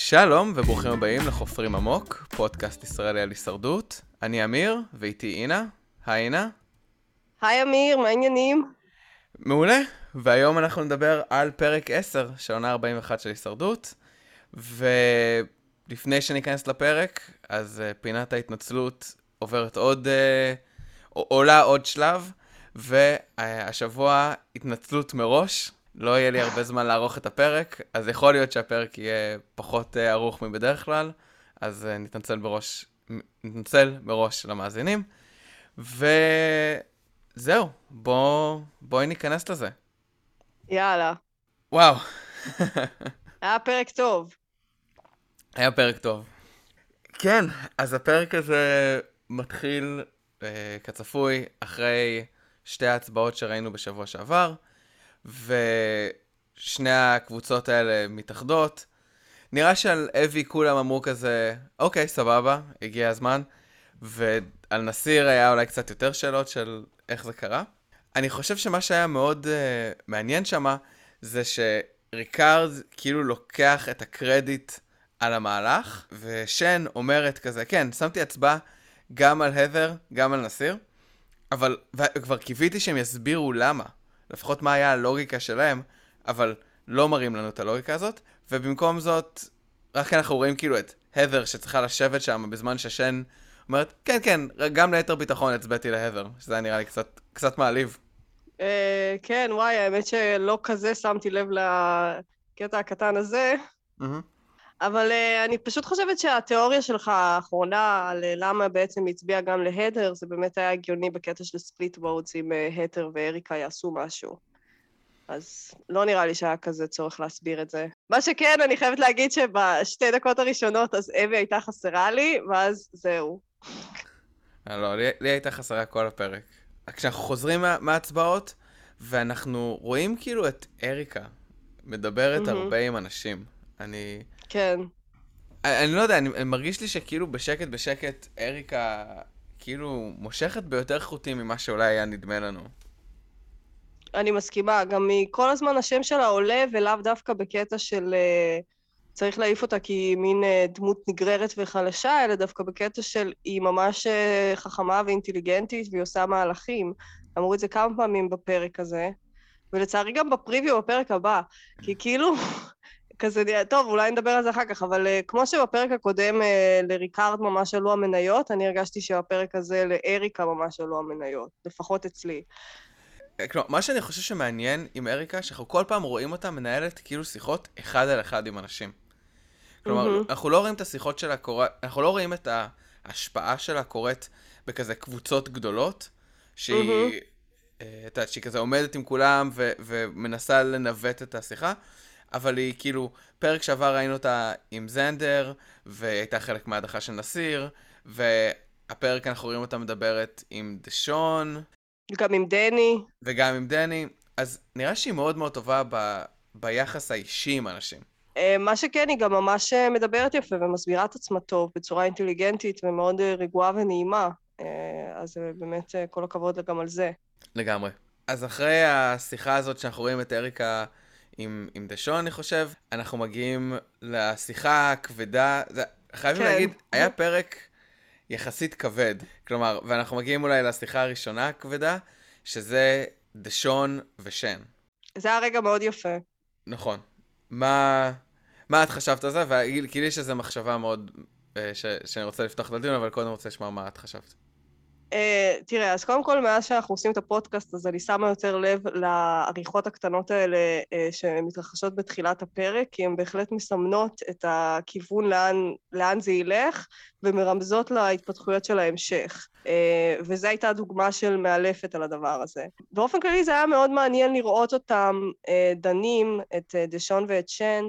שלום וברוכים הבאים לחופרים עמוק, פודקאסט ישראלי על הישרדות. אני אמיר ואיתי אינה. היי אינה. היי אמיר, מה העניינים? מעולה, והיום אנחנו נדבר על פרק 10 של עונה 41 של הישרדות. ולפני שניכנס לפרק, אז פינת ההתנצלות עוברת עולה עוד שלב, והשבוע התנצלות מראש. לא יהיה לי הרבה זמן לערוך את הפרק, אז יכול להיות שהפרק יהיה פחות ארוך מבדרך כלל, אז נתנצל מראש למאזינים. וזהו, בואי ניכנס לזה. יאללה, וואו. היה פרק טוב. היה פרק טוב. כן, אז הפרק הזה מתחיל כצפוי אחרי שתי ההצבעות שראינו בשבוע שעבר, ושני הקבוצות האלה מתאחדות. נראה שעל אבי כולם אמרו כזה, אוקיי, סבבה, הגיע הזמן. ועל נסיר היה אולי קצת יותר שאלות של איך זה קרה. אני חושב שמה שהיה מאוד מעניין שמה, זה שריקארד כאילו לוקח את הקרדיט על המהלך, ושן אומרת כזה, כן, שמתי הצבעה גם על הדר, גם על נסיר, אבל כבר קיוויתי שהם יסבירו למה. לפחות מה היה הלוגיקה שלהם, אבל לא מראים לנו את הלוגיקה הזאת, ובמקום זאת, רק אנחנו רואים כאילו את הדר שצריכה לשבת שם בזמן ששן אומרת, כן, כן, גם ליתר ביטחון הצבעתי להדר, שזה היה נראה לי קצת מעליב. כן, וואי, האמת שלא כזה שמתי לב לקטע הקטן הזה, אבל אני פשוט חושבת שהתיאוריה שלך האחרונה על למה בעצם הצביע גם להדר, זה באמת היה הגיוני בקטע של ספליט וואטס אם הדר ואריקה יעשו משהו. אז לא נראה לי שהיה כזה צורך להסביר את זה. מה שכן, אני חייבת להגיד שבשתי דקות הראשונות אז אבי הייתה חסרה לי, ואז זהו. לא, לי הייתה חסרה כל הפרק. כשאנחנו חוזרים מההצבעות, ואנחנו רואים כאילו את אריקה מדברת הרבה עם אנשים. כן. אני לא יודע, אני מרגיש לי שכאילו בשקט אריקה כאילו מושכת ביותר חוטים ממה שאולי היה נדמה לנו. אני מסכימה, גם מכל הזמן השם שלה עולה, ולאו דווקא בקטע של צריך להעיף אותה כי היא מין דמות נגררת וחלשה, אלא דווקא בקטע של היא ממש חכמה ואינטליגנטית, והיא עושה מהלכים. אמרו את זה כמה פעמים בפרק הזה, ולצערי גם בפריוויו בפרק הבא, כי כאילו, כזה, טוב, אולי נדבר על זה אחר כך, אבל כמו שבפרק הקודם לריקארד ממש עלו המניות, אני הרגשתי שבפרק הזה לאריקה ממש עלו המניות, לפחות אצלי. כלומר, מה שאני חושב שמעניין עם אריקה, שאנחנו כל פעם רואים אותה מנהלת כאילו שיחות אחד על אחד עם אנשים. כלומר, אנחנו לא רואים את השיחות שלה אנחנו לא רואים את ההשפעה שלה קורית בכזה קבוצות גדולות, שהיא כזה עומדת עם כולם ומנסה לנווט את השיחה, אבל היא כאילו, פרק שעבר ראינו אותה עם זנדר, והייתה חלק מההדחה של נסיר, והפרק אנחנו רואים אותה מדברת עם דשון, גם עם דני. וגם עם דני, אז נראה שהיא מאוד מאוד טובה ביחס האישי עם אנשים. מה שכן, היא גם ממש מדברת יפה ומסבירה את עצמה טוב, בצורה אינטליגנטית ומאוד רגועה ונעימה. אז באמת כל הכבוד גם על זה. לגמרי. אז אחרי השיחה הזאת שאנחנו רואים את אריקה עם דשון, אני חושב, אנחנו מגיעים לשיחה הכבדה. חייבים להגיד, היה פרק יחסית כבד. כלומר, ואנחנו מגיעים אולי לשיחה הראשונה הכבדה, שזה דשון ושן. זה היה רגע מאוד יפה. נכון. מה את חשבת על זה? וכאילו שזה מחשבה מאוד שאני רוצה לפתוח את הדיון, אבל קודם רוצה לשמוע מה את חשבת. תראה, אז קודם כל, מאז שאנחנו עושים את הפודקאסט, אז אני שמה יותר לב לעריכות הקטנות האלה שמתרחשות בתחילת הפרק, כי הן בהחלט מסמנות את הכיוון לאן זה ילך, ומרמזות להתפתחויות של ההמשך. וזו הייתה דוגמה של מאלפת על הדבר הזה. באופן כללי זה היה מאוד מעניין לראות אותם דנים, את דשון ואת שן,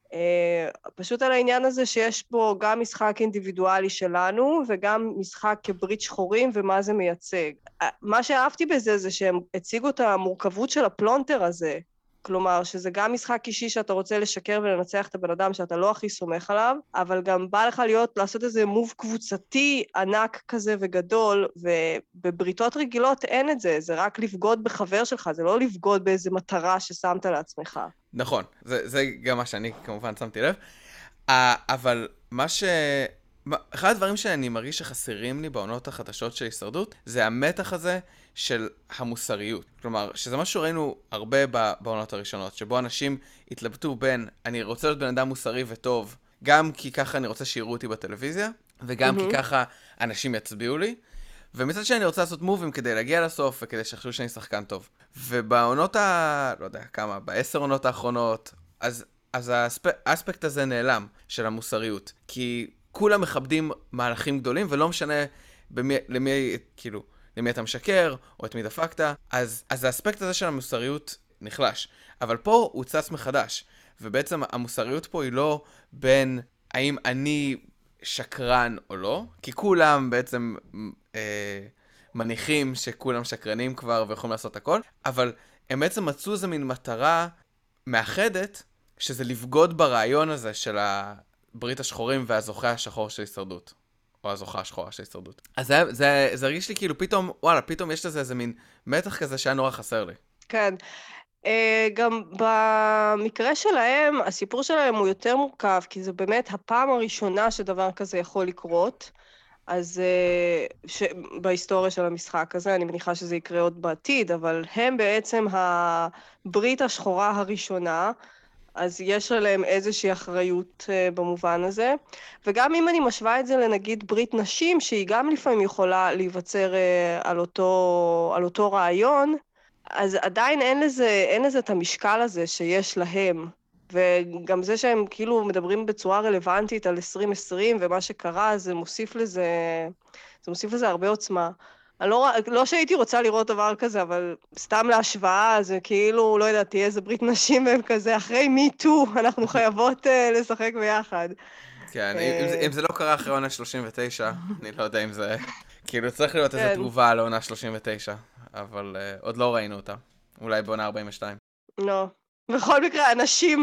פשוט על העניין הזה שיש פה גם משחק אינדיבידואלי שלנו וגם משחק כברית שחורים ומה זה מייצג. מה שאהבתי בזה זה שהם הציגו את המורכבות של הפלונטר הזה, כלומר שזה גם משחק אישי שאתה רוצה לשקר ולנצח את הבן אדם שאתה לא הכי סומך עליו, אבל גם בא לך לעשות איזה מוב קבוצתי ענק כזה וגדול, ובבריתות רגילות אין את זה, זה רק לבגוד בחבר שלך, זה לא לבגוד באיזה מטרה ששמת לעצמך. נכון, זה גם מה שאני כמובן שמתי לב. אבל אחד הדברים שאני מרגיש שחסרים לי בעונות החדשות של הישרדות, זה המתח הזה של המוסריות. כלומר, שזה משהו שראינו הרבה בעונות הראשונות, שבו אנשים התלבטו בין, אני רוצה להיות בן אדם מוסרי וטוב, גם כי ככה אני רוצה שיראו אותי בטלוויזיה, וגם כי ככה אנשים יצביעו לי, ומצד שני אני רוצה לעשות מובים כדי להגיע לסוף, וכדי שיחשבו שאני שחקן טוב. ובעונות לא יודע כמה, ב10 עונות האחרונות, אז האספקט הזה נעלם, של המוסריות. כי כולם מכבדים מהלכים גדולים, ולא משנה למי אתה משקר, או את מי דפקת, אז האספקט הזה של המוסריות נחלש. אבל פה הוא צץ מחדש, ובעצם המוסריות פה היא לא בין האם אני שקרן או לא, כי כולם בעצם מניחים שכולם שקרנים כבר ויכולים לעשות הכל, אבל הם בעצם מצאו איזה מין מטרה מאחדת, שזה לבגוד ברעיון הזה של ברית השחורים והזוכה השחור של הישרדות. או הזוכה השחורה של הישרדות. אז זה הרגיש לי כאילו פתאום, וואלה, פתאום יש לזה איזה מין מתח כזה שהיה נורא חסר לי. כן. גם במקרה שלהם, הסיפור שלהם הוא יותר מורכב, כי זה באמת הפעם הראשונה שדבר כזה יכול לקרות. אז בהיסטוריה של המשחק הזה, אני מניחה שזה יקרה עוד בעתיד, אבל הם בעצם הברית השחורה הראשונה, אז יש עליהם איזושהי אחריות במובן הזה. וגם אם אני משווה את זה לנגיד ברית נשים, שהיא גם לפעמים יכולה להיווצר על אותו רעיון, אז עדיין אין לזה את המשקל הזה שיש להם. וגם זה שהם כאילו מדברים בצורה רלוונטית על 2020 ומה שקרה, זה מוסיף לזה הרבה עוצמה. אני לא שהייתי רוצה לראות דבר כזה, אבל סתם להשוואה, זה כאילו, לא יודעת, תהיה איזה ברית נשים והם כזה, אחרי מי-טו, אנחנו חייבות לשחק ביחד. כן, אם זה לא קרה אחרי עונה 39, אני לא יודע אם זה... כאילו צריך להיות איזו תגובה על עונה 39, אבל עוד לא ראינו אותה. אולי בעונה 42. לא. בכל מקרה, אנשים,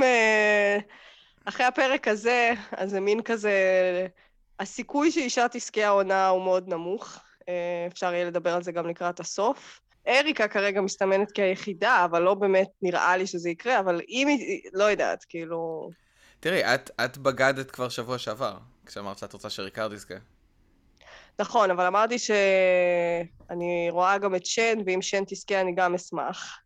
אחרי הפרק הזה, אז זה מין כזה, הסיכוי שאישה תזכה העונה הוא מאוד נמוך. אפשר יהיה לדבר על זה גם לקראת הסוף. אריקה כרגע מסתמנת כיחידה, אבל לא באמת נראה לי שזה יקרה, אבל אם היא, לא יודעת, כאילו... תראי, את בגדת כבר שבוע שעבר, כשאמרת שאת רוצה שריקרד יזכה. נכון, אבל אמרתי שאני רואה גם את שן, ואם שן תזכה אני גם אשמח.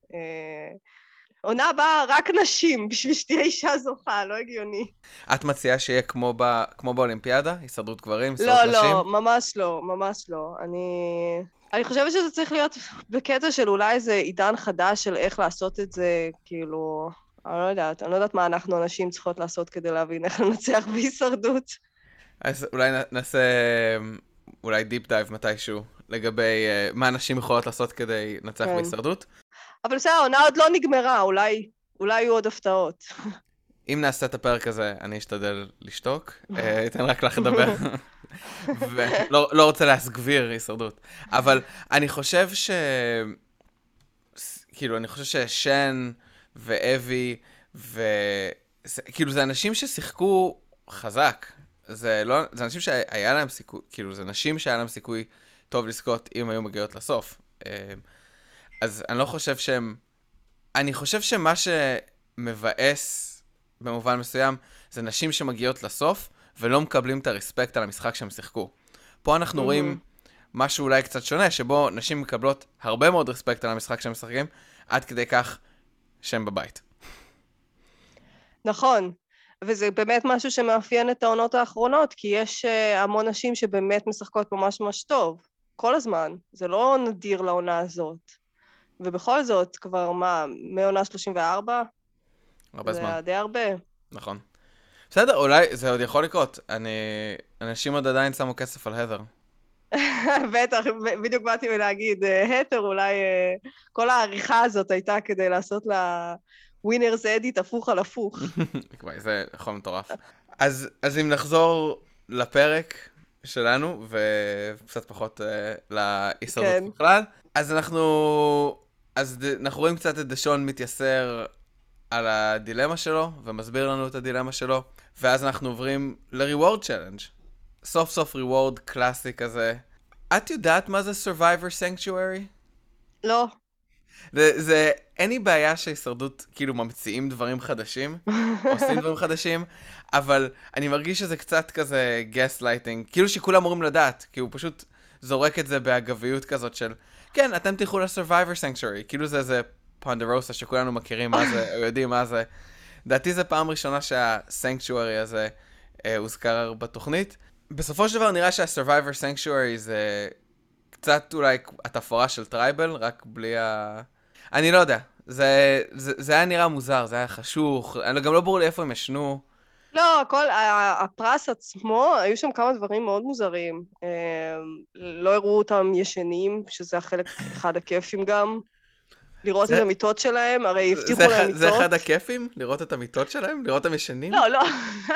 עונה הבאה רק נשים, בשביל שתהיה אישה זוכה, לא הגיוני. את מציעה שיהיה כמו באולימפיאדה? הישרדות גברים, הישרדות נשים? לא, ממש לא, ממש לא. אני חושבת שזה צריך להיות בקטע של אולי איזה עידן חדש של איך לעשות את זה, כאילו, אני לא יודעת מה אנחנו אנשים צריכות לעשות כדי להבין איך לנצח בהישרדות. אז אולי נעשה, אולי דיפ דייב מתישהו, לגבי מה אנשים יכולות לעשות כדי לנצח בהישרדות. אבל בסדר, העונה עוד לא נגמרה, אולי יהיו עוד הפתעות. אם נעשה את הפרק הזה, אני אשתדל לשתוק, אתן רק לך לדבר. ולא רוצה להסגביר הישרדות. אבל אני חושב כאילו, אני חושב ששן ואבי, כאילו, זה אנשים ששיחקו חזק. זה אנשים שהיה להם סיכוי, כאילו, זה נשים שהיה להם סיכוי טוב לזכות אם היו מגיעות לסוף. אז אני לא חושב אני חושב שמה שמבאס במובן מסוים, זה נשים שמגיעות לסוף, ולא מקבלים את הרספקט על המשחק שהם שיחקו. פה אנחנו רואים משהו אולי קצת שונה, שבו נשים מקבלות הרבה מאוד רספקט על המשחק שהם משחקים, עד כדי כך שהם בבית. נכון, וזה באמת משהו שמאפיין את העונות האחרונות, כי יש המון נשים שבאמת משחקות ממש ממש טוב, כל הזמן. זה לא נדיר לעונה הזאת. ובכל זאת, כבר מעונה 34? הרבה זמן. זה די הרבה. נכון. בסדר, אולי זה עוד יכול לקרות. אנשים עוד עדיין שמו כסף על הדר. בטח, בדיוק באתי להגיד, הדר אולי, כל העריכה הזאת הייתה כדי לעשות לה ווינרס אדיט הפוך על הפוך. זה יכול מטורף. אז אם נחזור לפרק שלנו, וקצת פחות להישרדות בכלל, אז אנחנו רואים קצת את דשון מתייסר על הדילמה שלו, ומסביר לנו את הדילמה שלו, ואז אנחנו עוברים ל-Reward Challenge. סוף סוף Reward קלאסי כזה. את יודעת מה זה Survivor Sanctuary? לא. אין לי בעיה שהישרדות כאילו ממציאים דברים חדשים, עושים דברים חדשים, אבל אני מרגיש שזה קצת כזה gaslighting, כאילו שכולם אמורים לדעת, כי הוא פשוט זורק את זה באגביות כזאת של, כן, אתם תלכו ל-Survivor Sanctuary, כאילו זה איזה פונדרוסה שכולנו מכירים מה זה, או יודעים מה זה. לדעתי זה פעם ראשונה שה-Sanctuary הזה הוזכר בתוכנית. בסופו של דבר נראה שה-Survivor Sanctuary זה קצת אולי התפאורה של טרייבל, רק בלי אני לא יודע, זה היה נראה מוזר, זה היה חשוך, גם לא ברור לי איפה הם ישנו. לא, הפרס עצמו, היו שם כמה דברים מאוד מוזרים. לא הראו אותם ישנים, שזה החלק אחד הכיפים גם. לראות את המיטות שלהם, הרי הבטיחו להם מיטות. זה אחד הכיפים? לראות את המיטות שלהם? לראות אותם ישנים? לא, לא.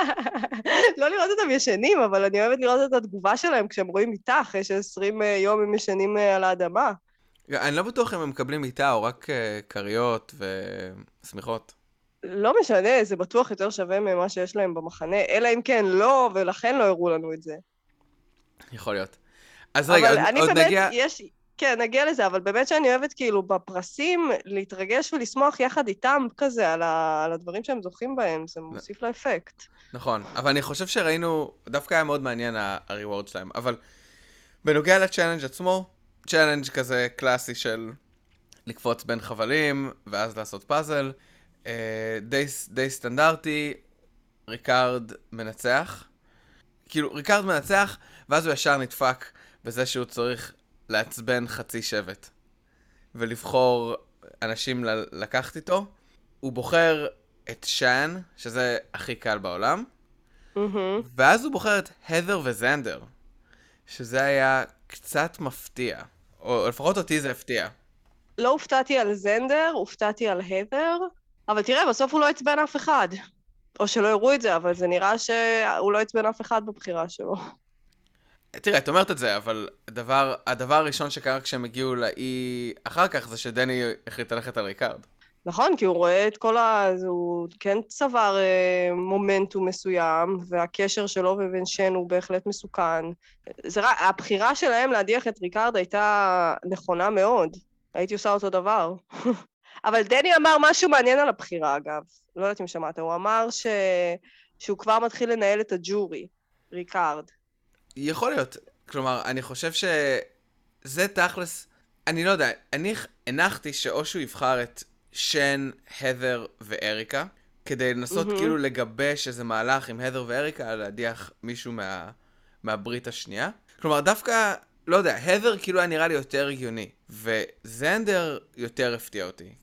לא לראות אותם ישנים, אבל אני אוהבת לראות את התגובה שלהם כשהם רואים מיטה, אחרי ש20 יום הם ישנים על האדמה. אני לא בטוח אם הם מקבלים מיטה או רק כריות ושמיכות. לא משנה, זה בטוח יותר שווה ממה שיש להם במחנה, אלא אם כן לא, ולכן לא הראו לנו את זה. יכול להיות. אז רגע, עוד נגיע... כן, נגיע לזה, אבל באמת שאני אוהבת כאילו בפרסים להתרגש ולשמוח יחד איתם כזה על הדברים שהם זוכים בהם, זה מוסיף לאפקט. נכון, אבל אני חושב שראינו, דווקא היה מאוד מעניין הריוורד שלהם, אבל בנוגע לצ'אלנג' עצמו, צ'אלנג' כזה קלאסי של לקפוץ בין חבלים, ואז לעשות פאזל, די סטנדרטי, ריקארד מנצח, כאילו ריקארד מנצח, ואז הוא ישר נדפק בזה שהוא צריך לעצבן חצי שבט, ולבחור אנשים לקחת איתו. הוא בוחר את שאן, שזה הכי קל בעולם, ואז הוא בוחר את הדר וזנדר, שזה היה קצת מפתיע, או לפחות אותי זה הפתיע. לא הופתעתי על זנדר, הופתעתי על הדר, אבל תראה, בסוף הוא לא הצבן אף אחד. או שלא הראו את זה, אבל זה נראה שהוא לא הצבן אף אחד בבחירה שלו. תראה, את אומרת את זה, אבל הדבר הראשון שקרה כשהם הגיעו לאי אחר כך, זה שדני החליט ללכת על ריקארד. נכון, כי הוא רואה את הוא כן צבר מומנטום מסוים, והקשר שלו ובין שן הוא בהחלט מסוכן. הבחירה שלהם להדיח את ריקארד הייתה נכונה מאוד. הייתי עושה אותו דבר. אבל דני אמר משהו מעניין על הבחירה, אגב. לא יודעת אם שמעת, הוא אמר שהוא כבר מתחיל לנהל את הג'ורי, ריקארד. יכול להיות. כלומר, אני חושב שזה תכלס... אני לא יודע, אני הנחתי שאו שהוא יבחר את שן, הדר ואריקה, כדי לנסות כאילו לגבש איזה מהלך עם הדר ואריקה, להדיח מישהו מהברית השנייה. כלומר, דווקא, לא יודע, הדר כאילו היה נראה לי יותר הגיוני, וזנדר יותר הפתיע אותי.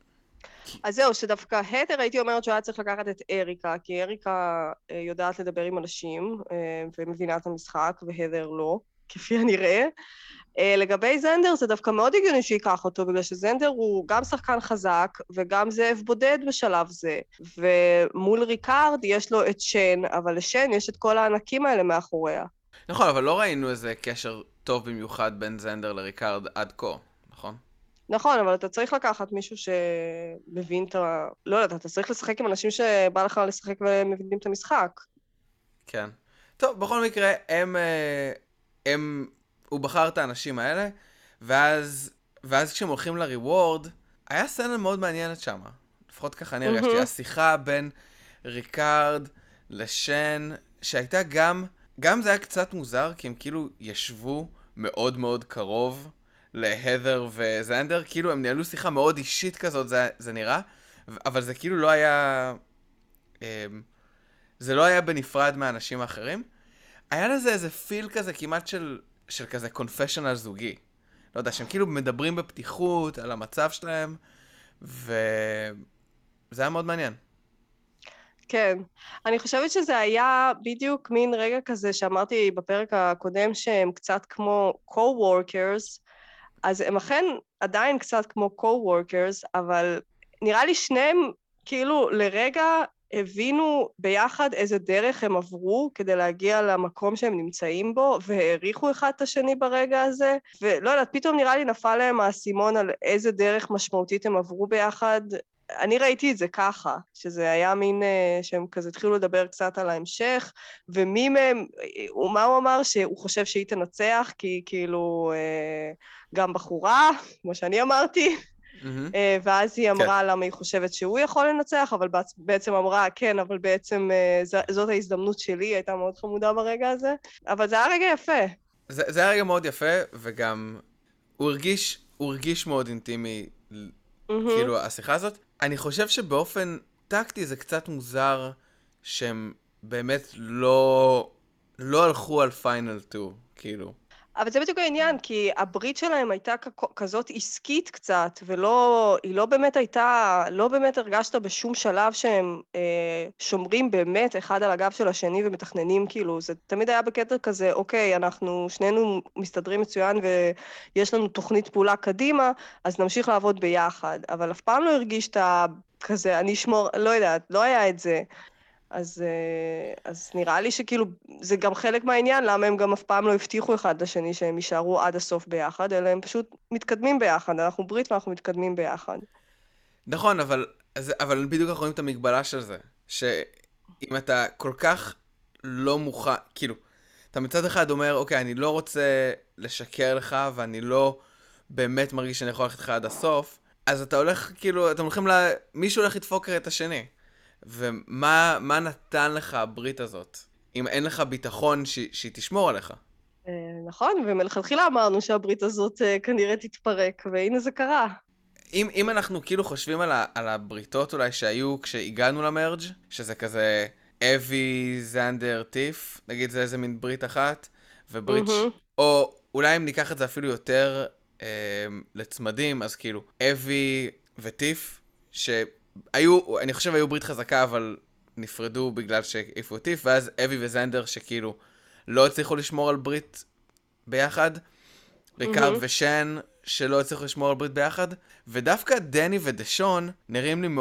אז זהו, שדווקא הדר הייתי אומרת שהוא היה צריך לקחת את אריקה, כי אריקה יודעת לדבר עם אנשים ומבינה את המשחק, והדר לא, כפי הנראה. לגבי זנדר זה דווקא מאוד הגיוני שיקח אותו, בגלל שזנדר הוא גם שחקן חזק וגם זאב בודד בשלב זה, ומול ריקארד יש לו את שן, אבל לשן יש את כל הענקים האלה מאחוריה. נכון, אבל לא ראינו איזה קשר טוב במיוחד בין זנדר לריקארד עד כה, נכון? נכון, אבל אתה צריך לקחת מישהו שמבין את לא יודעת, אתה צריך לשחק עם אנשים שבא לך לשחק ומבינים את המשחק. כן. טוב, בכל מקרה, הוא בחר את האנשים האלה, ואז כשהם הולכים לריוורד, היה סצנה מאוד מעניינת שם. לפחות ככה אני הרגשתי. השיחה בין ריקארד לשן, שהייתה גם זה היה קצת מוזר, כי הם כאילו ישבו מאוד מאוד קרוב להדר וזנדר, כאילו הם ניהלו שיחה מאוד אישית כזאת, זה נראה, אבל זה כאילו לא היה, זה לא היה בנפרד מהאנשים האחרים. היה לזה איזה פיל כזה כמעט של כזה קונפשיונל זוגי. לא יודע, שהם כאילו מדברים בפתיחות על המצב שלהם, וזה היה מאוד מעניין. כן, אני חושבת שזה היה בדיוק מין רגע כזה שאמרתי בפרק הקודם שהם קצת כמו co-workers, אז הם אכן עדיין קצת כמו co-workers, אבל נראה לי שניהם כאילו לרגע הבינו ביחד איזה דרך הם עברו כדי להגיע למקום שהם נמצאים בו, והעריכו אחד את השני ברגע הזה, ולא יודעת, פתאום נראה לי נפל להם האסימון על איזה דרך משמעותית הם עברו ביחד. אני ראיתי את זה ככה, שזה היה מין, שהם כזה התחילו לדבר קצת על ההמשך, ומי מהם, ומה הוא אמר? שהוא חושב שהיא תנצח, כי כאילו גם בחורה, כמו שאני אמרתי. ואז היא אמרה למה היא חושבת שהוא יכול לנצח, אבל בעצם אמרה, כן, אבל בעצם זאת ההזדמנות שלי, היא הייתה מאוד חמודה ברגע הזה, אבל זה היה רגע יפה. זה היה רגע מאוד יפה, וגם הוא הרגיש מאוד אינטימי, כאילו, השיחה הזאת. אני חושב שבאופן טקטי זה קצת מוזר שהם באמת לא הלכו על פיינל 2, כאילו. אבל זה בדיוק העניין, כי הברית שלהם הייתה כזאת עסקית קצת, והיא לא באמת הייתה, לא באמת הרגשת בשום שלב שהם שומרים באמת אחד על הגב של השני ומתכננים, כאילו, זה תמיד היה בקטע כזה, אוקיי, אנחנו שנינו מסתדרים מצוין ויש לנו תוכנית פעולה קדימה, אז נמשיך לעבוד ביחד, אבל אף פעם לא הרגישת כזה, אני אשמור, לא יודעת, לא היה את זה. אז נראה לי שכאילו, זה גם חלק מהעניין, למה הם גם אף פעם לא הבטיחו אחד לשני שהם יישארו עד הסוף ביחד, אלא הם פשוט מתקדמים ביחד, אנחנו ברית ואנחנו מתקדמים ביחד. נכון, אבל בדיוק אנחנו רואים את המגבלה של זה, שאם אתה כל כך לא מוכן, כאילו, אתה מצד אחד אומר, אוקיי, אני לא רוצה לשקר לך, ואני לא באמת מרגיש שאני יכול ללכת לך עד הסוף, אז אתה הולך, כאילו, אתם הולכים מישהו הולך לדפוק את השני. ומה נתן לך הברית הזאת, אם אין לך ביטחון שהיא תשמור עליך? נכון, ומלכתחילה אמרנו שהברית הזאת כנראה תתפרק, והנה זה קרה. אם אנחנו כאילו חושבים על הבריתות אולי שהיו כשהגענו למרג', שזה כזה אבי, זנדר, טיף, נגיד זה איזה מין ברית אחת, וברית, או אולי אם ניקח את זה אפילו יותר לצמדים, אז כאילו אבי וטיף, שהיו, אני חושב היו ברית חזקה, אבל נפרדו בגלל שהעיפו טיף, ואז אבי וזנדר שכאילו לא הצליחו לשמור על ברית ביחד, ריקארד ושן שלא הצליחו לשמור על ברית ביחד, ודווקא דני ודשון נראים לי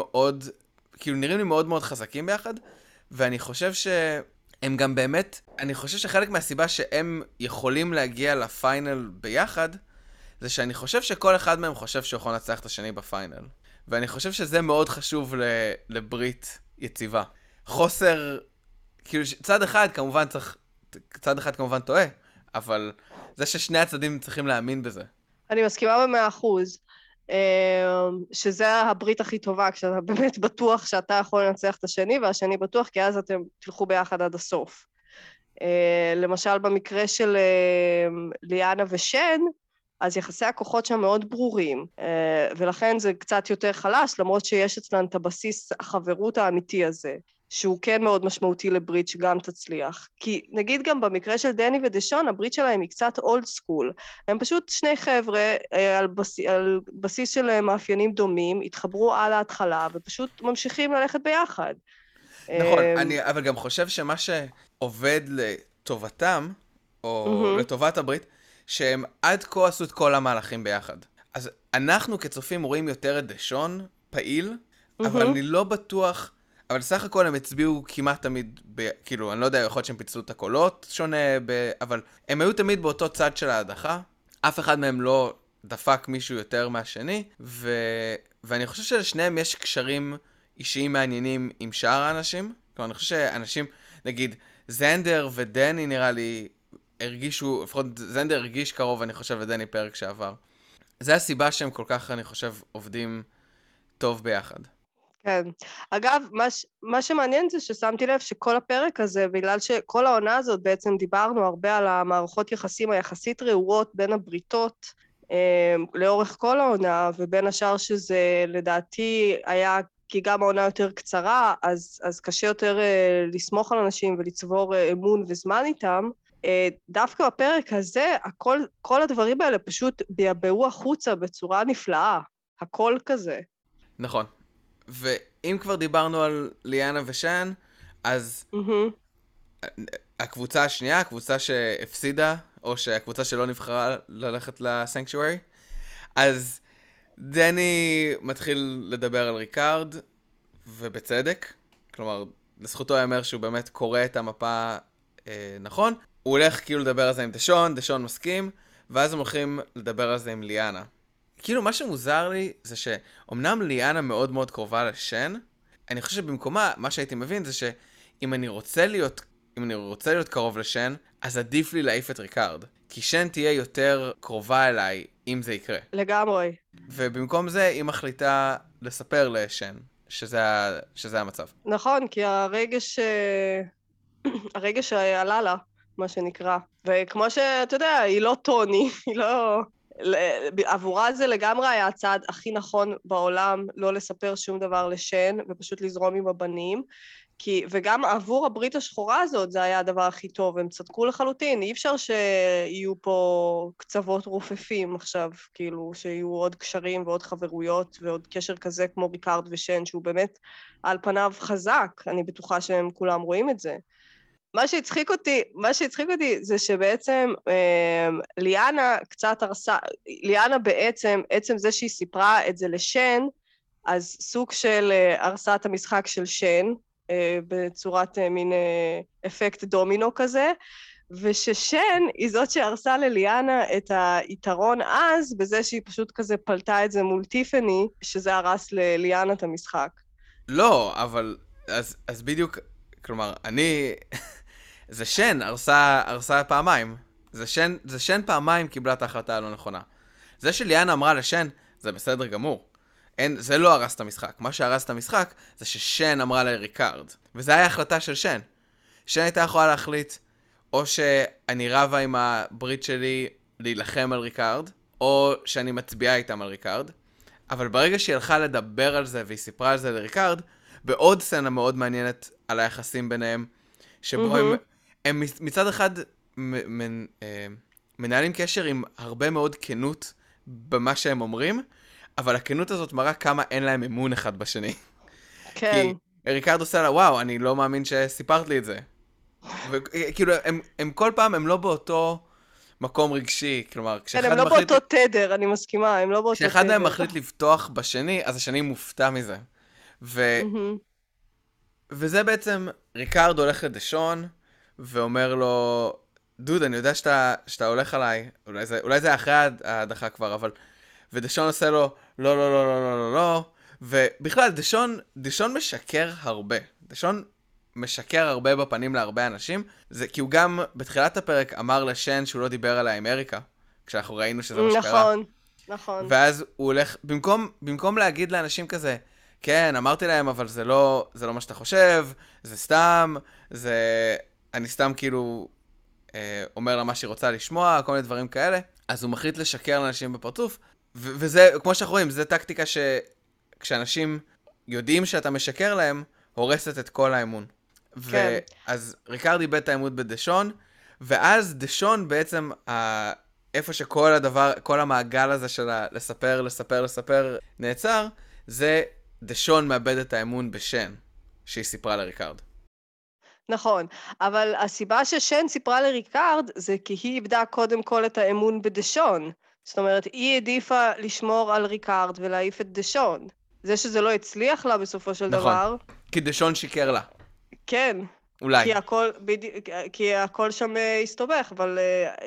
מאוד מאוד חזקים ביחד, ואני חושב שהם גם באמת, אני חושב שחלק מהסיבה שהם יכולים להגיע לפיינל ביחד, זה שאני חושב שכל אחד מהם חושב שהוא יכול לנצח את השני בפיינל. ואני חושב שזה מאוד חשוב לברית יציבה. חוסר, כאילו צד אחד כמובן טועה, אבל זה ששני הצדדים צריכים להאמין בזה. אני מסכימה ב100%, שזה הברית הכי טובה, כשאתה באמת בטוח שאתה יכול לנצח את השני, והשני בטוח, כי אז אתם תלכו ביחד עד הסוף. למשל, במקרה של ליאנה ושן, אז יחסי הכוחות שם מאוד ברורים, ולכן זה קצת יותר חלש, למרות שיש אצלן את הבסיס החברות האמיתי הזה, שהוא כן מאוד משמעותי לברית שגם תצליח. כי נגיד גם במקרה של דני ודשון, הברית שלהם היא קצת אולד סקול. הם פשוט שני חבר'ה על בסיס של מאפיינים דומים, התחברו על ההתחלה, ופשוט ממשיכים ללכת ביחד. נכון, אני אבל גם חושב שמה שעובד לטובתם, או לטובת הברית, שהם עד כה עשו את כל המהלכים ביחד. אז אנחנו כצופים רואים יותר את דשון פעיל, אבל אני לא בטוח, אבל סך הכל הם הצביעו כמעט תמיד, כאילו, אני לא יודע, יכול להיות שהם פיצלו את הקולות שונה, אבל הם היו תמיד באותו צד של ההדחה, אף אחד מהם לא דפק מישהו יותר מהשני, ואני חושב שלשניהם יש קשרים אישיים מעניינים עם שאר האנשים, כלומר, אני חושב שאנשים, נגיד, זנדר ודני נראה לי, הרגישו, לפחות זנדר הרגיש קרוב, אני חושב, לדני פרק שעבר. זה הסיבה שהם כל כך, אני חושב, עובדים טוב ביחד. כן. אגב, מה שמעניין זה ששמתי לב שכל הפרק הזה, בגלל שכל העונה הזאת בעצם דיברנו הרבה על המערכות יחסים היחסית רעועות בין הבריתות, לאורך כל העונה, ובין השאר שזה לדעתי היה, כי גם העונה יותר קצרה, אז קשה יותר לסמוך על אנשים ולצבור אמון וזמן איתם, דווקא בפרק הזה, כל הדברים האלה פשוט ביבאו החוצה בצורה נפלאה. הכל כזה. נכון. ואם כבר דיברנו על ליאנה ושן, אז הקבוצה השנייה, הקבוצה שהפסידה, או שהקבוצה שלא נבחרה ללכת לסנקטוארי, אז דני מתחיל לדבר על ריקארד, ובצדק. כלומר, לזכותו יאמר שהוא באמת קורא את המפה נכון. הוא הולך כאילו לדבר על זה עם דשון, דשון מסכים, ואז הם הולכים לדבר על זה עם ליאנה. כאילו מה שמוזר לי זה שאומנם ליאנה מאוד מאוד קרובה לשן, אני חושב שבמקומה מה שהייתי מבין זה שאם אני רוצה להיות קרוב לשן, אז עדיף לי להעיף את ריקארד. כי שן תהיה יותר קרובה אליי אם זה יקרה. לגמרי. ובמקום זה היא מחליטה לספר לשן, שזה המצב. נכון, כי הרגש עלה לה, מה שנקרא. וכמו שאתה יודע, היא לא טוני, היא לא... עבורה זה לגמרי היה הצעד הכי נכון בעולם, לא לספר שום דבר לשן, ופשוט לזרום עם הבנים. וגם עבור הברית השחורה הזאת זה היה הדבר הכי טוב, הם צדקו לחלוטין, אי אפשר שיהיו פה קצוות רופפים עכשיו, כאילו שיהיו עוד קשרים ועוד חברויות ועוד קשר כזה כמו ריקארד ושן, שהוא באמת על פניו חזק, אני בטוחה שהם כולם רואים את זה. מה שהצחיק אותי זה שבעצם ליאנה קצת הרסה, ליאנה בעצם, עצם זה שהיא סיפרה את זה לשן, אז סוג של הרסה את המשחק של שן, בצורת מין אפקט דומינו כזה, וששן היא זאת שהרסה לליאנה את היתרון אז, בזה שהיא פשוט כזה פלטה את זה מול טיפני, שזה הרס לליאנה את המשחק. לא, אבל, אז בדיוק, כלומר, זה שן, הרסה פעמיים. זה שן פעמיים קיבלה את ההחלטה הלא נכונה. זה שליאנה אמרה לשן, זה בסדר גמור. זה לא הרס את המשחק. מה שהרס את המשחק זה ששן אמרה לריקארד. וזה היה החלטה של שן. שן הייתה יכולה להחליט, או שאני רבה עם הברית שלי להילחם על ריקארד, או שאני מצביעה איתם על ריקארד. אבל ברגע שהיא הלכה לדבר על זה והיא סיפרה על זה לריקארד, בעוד סצנה מאוד מעניינת על היחסים ביניהם, שבו הם מצד אחד מנהלים קשר עם הרבה מאוד כנות במה שהם אומרים, אבל הכנות הזאת מראה כמה אין להם אמון אחד בשני. כן. כי ריקארד עושה לה, וואו, אני לא מאמין שסיפרת לי את זה. וכאילו, הם כל פעם, הם לא באותו מקום רגשי, כלומר, כן, הם לא באותו תדר, אני מסכימה, הם לא באותו תדר. כשאחד מהם מחליט לפתוח בשני, אז השני מופתע מזה. וזה בעצם, ריקארד הולך לדשון, ואומר לו, דוד, אני יודע שאתה הולך עליי, אולי זה אחרי ההדחה כבר, אבל... ודשון עושה לו, לא, לא, לא, לא, לא, לא, לא, ובכלל, דשון משקר הרבה. דשון משקר הרבה בפנים להרבה אנשים, כי הוא גם בתחילת הפרק אמר לשן שהוא לא דיבר עליה עם אריקה, כשאנחנו ראינו שזה מה שקרה. נכון. ואז הוא הולך, במקום להגיד לאנשים כזה, כן, אמרתי להם, אבל זה לא מה שאתה חושב, זה סתם, אני סתם כאילו אומר לה מה שהיא רוצה לשמוע, כל מיני דברים כאלה, אז הוא מחליט לשקר לאנשים בפרצוף, וזה, כמו שאנחנו רואים, זה טקטיקה שכשאנשים יודעים שאתה משקר להם, הורסת את כל האמון. כן. אז ריקארד איבד את האמון בדשון, ואז דשון בעצם, איפה שכל כל המעגל הזה של לספר, נעצר, זה דשון מאבד את האמון בשן, שהיא סיפרה לריקארד. נכון, אבל הסיבה ששן סיפרה לריקארד, זה כי היא איבדה קודם כל את האמון בדשון. זאת אומרת, היא העדיפה לשמור על ריקארד ולהעיף את דשון. זה שזה לא הצליח לה בסופו של דבר. נכון, כי דשון שיקר לה. כן. אולי. כי הכל שם הסתובך, אבל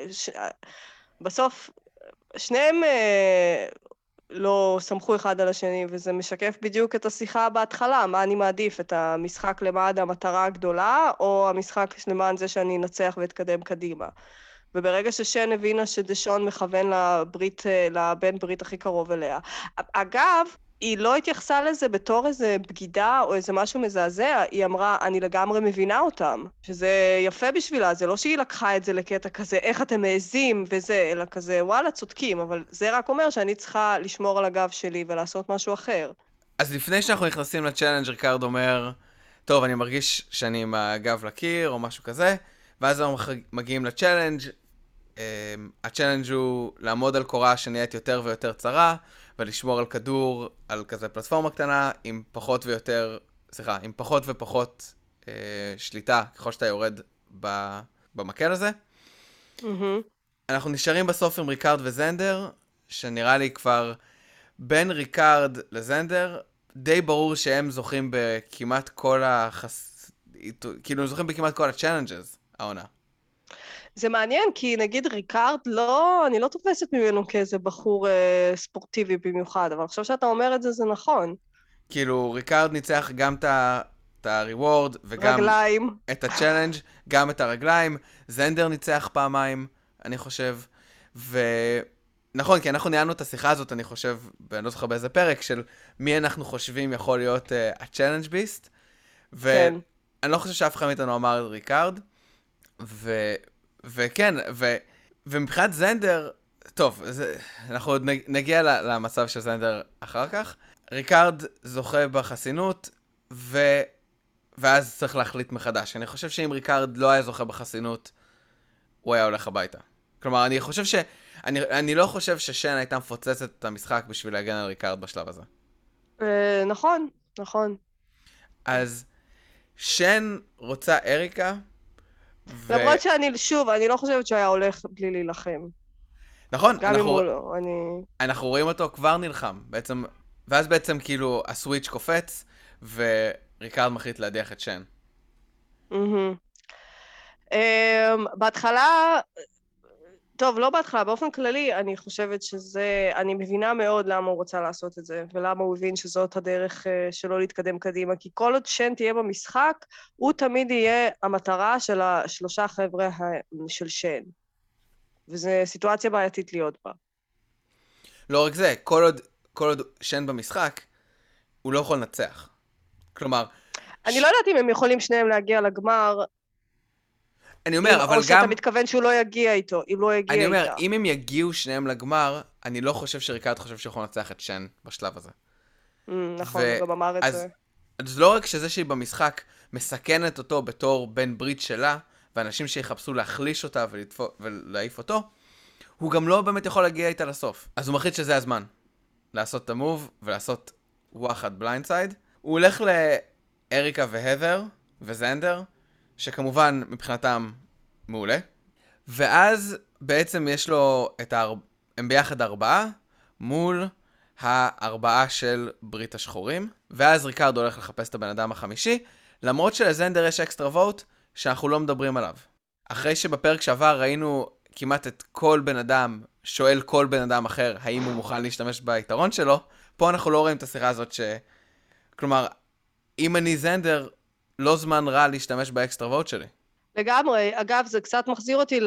בסוף שניהם לא סמכו אחד על השני, וזה משקף בדיוק את השיחה בהתחלה, מה אני מעדיף, את המשחק למען המטרה הגדולה, או המשחק למען זה שאני אנצח ואתקדם קדימה. וברגע ששן הבינה שדשון מכוון לבן ברית הכי קרוב אליה. אגב, היא לא התייחסה לזה בתור איזה בגידה או איזה משהו מזעזע, היא אמרה, אני לגמרי מבינה אותם, שזה יפה בשבילה, זה לא שהיא לקחה את זה לקטע כזה, איך אתם מעזים וזה, אלא כזה, וואלה, צודקים, אבל זה רק אומר שאני צריכה לשמור על הגב שלי ולעשות משהו אחר. אז לפני שאנחנו נכנסים לצ'לנג' ריקארד אומר, טוב, אני מרגיש שאני עם הגב לקיר או משהו כזה, ואז אנחנו מגיעים לצ'לנג'. הצ'לנג' הוא לעמוד על קורה שנהיית יותר ויותר צרה, ולשמור על כדור, על כזה פלטפורמה קטנה, עם פחות ופחות שליטה, ככל שאתה יורד במקל הזה. אנחנו נשארים בסוף עם ריקארד וזנדר, שנראה לי כבר בין ריקארד לזנדר, די ברור שהם זוכים בכמעט כל כאילו הם זוכים בכמעט כל הצ'לנג'ז, העונה. זה מעניין, כי נגיד ריקארד אני לא תופסת ממנו כאיזה בחור ספורטיבי במיוחד, אבל עכשיו שאתה אומר את זה, זה נכון. כאילו, ריקארד ניצח גם את הריוורד, וגם רגליים. את הצ'לנג', גם את הרגליים. זנדר ניצח פעמיים, אני חושב. נכון, כי אנחנו ניהלנו את השיחה הזאת, אני חושב, אני לא זוכר באיזה פרק, של מי אנחנו חושבים יכול להיות ה-Challenge Beast, כן. ואני לא חושב שאף אחד מאיתנו אמר ריקארד, וכן, ומבחינת זנדר, טוב, אנחנו עוד נגיע למצב של זנדר אחר כך. ריקארד זוכה בחסינות, ואז צריך להחליט מחדש. אני חושב שאם ריקארד לא היה זוכה בחסינות, הוא היה הולך הביתה. כלומר, אני לא חושב ששן הייתה מפוצצת את המשחק בשביל להגן על ריקארד בשלב הזה. נכון, נכון. אז שן רוצה אריקה, למרות אני לא חושבת שהיה הולך בלי להילחם. נכון, גם אם הוא לא, אנחנו רואים אותו כבר נלחם, בעצם, ואז בעצם כאילו הסוויץ' קופץ, וריקארד מחליט להדיח את שן. בהתחלה, טוב, לא בהתחלה, באופן כללי, אני חושבת אני מבינה מאוד למה הוא רוצה לעשות את זה, ולמה הוא הבין שזאת הדרך שלו להתקדם קדימה, כי כל עוד שן תהיה במשחק, הוא תמיד יהיה המטרה של השלושה חבר'ה של שן. וזו סיטואציה בעייתית להיות בה. לא רק זה, כל עוד שן במשחק, הוא לא יכול לנצח. כלומר... אני לא יודעת אם הם יכולים שניהם להגיע לגמר, אני אומר, אבל גם... או שאתה מתכוון שהוא לא יגיע איתו, אם לא יגיע איתה. אני אומר, אם הם יגיעו שניהם לגמר, אני לא חושב שריקארד חושב שיכול לנצח את שן בשלב הזה. נכון, הוא גם אמר את זה. אז לא רק שזה שהיא במשחק מסכנת אותו בתור בן ברית שלה, ואנשים שיחפשו להחליש אותה ולהעיף אותו, הוא גם לא באמת יכול להגיע איתה לסוף. אז הוא מחליט שזה הזמן. לעשות את המוב ולעשות וואחד בליינדסייד. הוא הולך לאריקה והת'ר וזנדר, שכמובן מבחינתם מעולה. ואז בעצם יש לו הם ביחד 4 מול 4 של ברית השחורים. ואז ריקארד הולך לחפש את הבן אדם החמישי, למרות שלזנדר יש אקסטרה ווט שאנחנו לא מדברים עליו. אחרי שבפרק שעבר ראינו כמעט את כל בן אדם שואל כל בן אדם אחר האם הוא מוכן להשתמש ביתרון שלו, פה אנחנו לא רואים את השיחה הזאת כלומר, אם אני זנדר, לא זמן רע להשתמש באקסטרה ווט שלי. לגמרי. אגב, זה קצת מחזיר אותי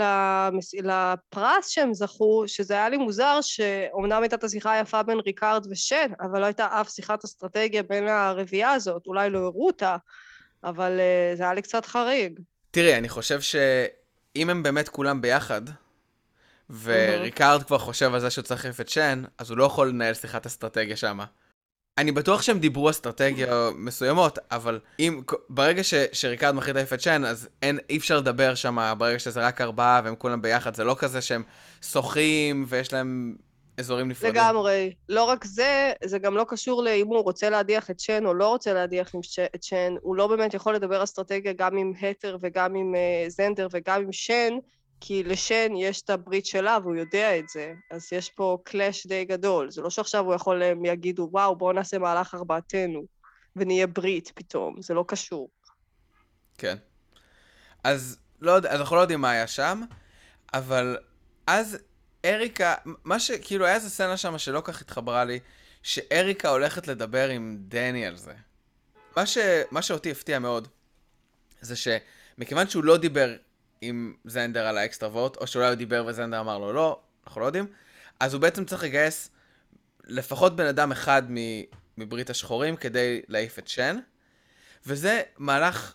לפרס שהם זכו, שזה היה לי מוזר שאומנם הייתה את השיחה היפה בין ריקארד ושן, אבל לא הייתה אף שיחת אסטרטגיה בין הרביעה הזאת. אולי לא הראו אותה, אבל זה היה לי קצת חריג. תראי, אני חושב שאם הם באמת כולם ביחד, וריקארד כבר חושב על זה שהוא צריך להחליף את שן, אז הוא לא יכול לנהל שיחת אסטרטגיה שם. אני בטוח שהם דיברו אסטרטגיה מסוימות, אבל ברגע שריקארד מחליט להחליף את שן, אז אי אפשר לדבר שם, ברגע שזה רק 4 והם כולם ביחד, זה לא כזה שהם שוחים ויש להם אזורים נפרדים. לגמרי. לא רק זה, זה גם לא קשור לאם הוא רוצה להדיח את שן או לא רוצה להדיח את שן, הוא לא באמת יכול לדבר אסטרטגיה גם עם הת'ר וגם עם זנדר וגם עם שן, כי לשן יש את הברית שלה והוא יודע את זה, אז יש פה קלאש די גדול. זה לא שעכשיו הוא יכול, הם יגידו, וואו, בואו נעשה מהלך 4תנו, ונהיה ברית פתאום, זה לא קשור. כן. אז אנחנו לא יודעים מה היה שם, אבל אז אריקה, כאילו היה איזה סצנה שם שלא כך התחברה לי, שאריקה הולכת לדבר עם דני על זה. מה שאותי הפתיע מאוד, זה שמכיוון שהוא לא דיבר עם זנדר על האקסטרה ווט, או שאולי הוא דיבר וזנדר אמר לו לא, אנחנו לא יודעים, אז הוא בעצם צריך לגייס לפחות בן אדם אחד מברית השחורים כדי להעיף את שן, וזה מהלך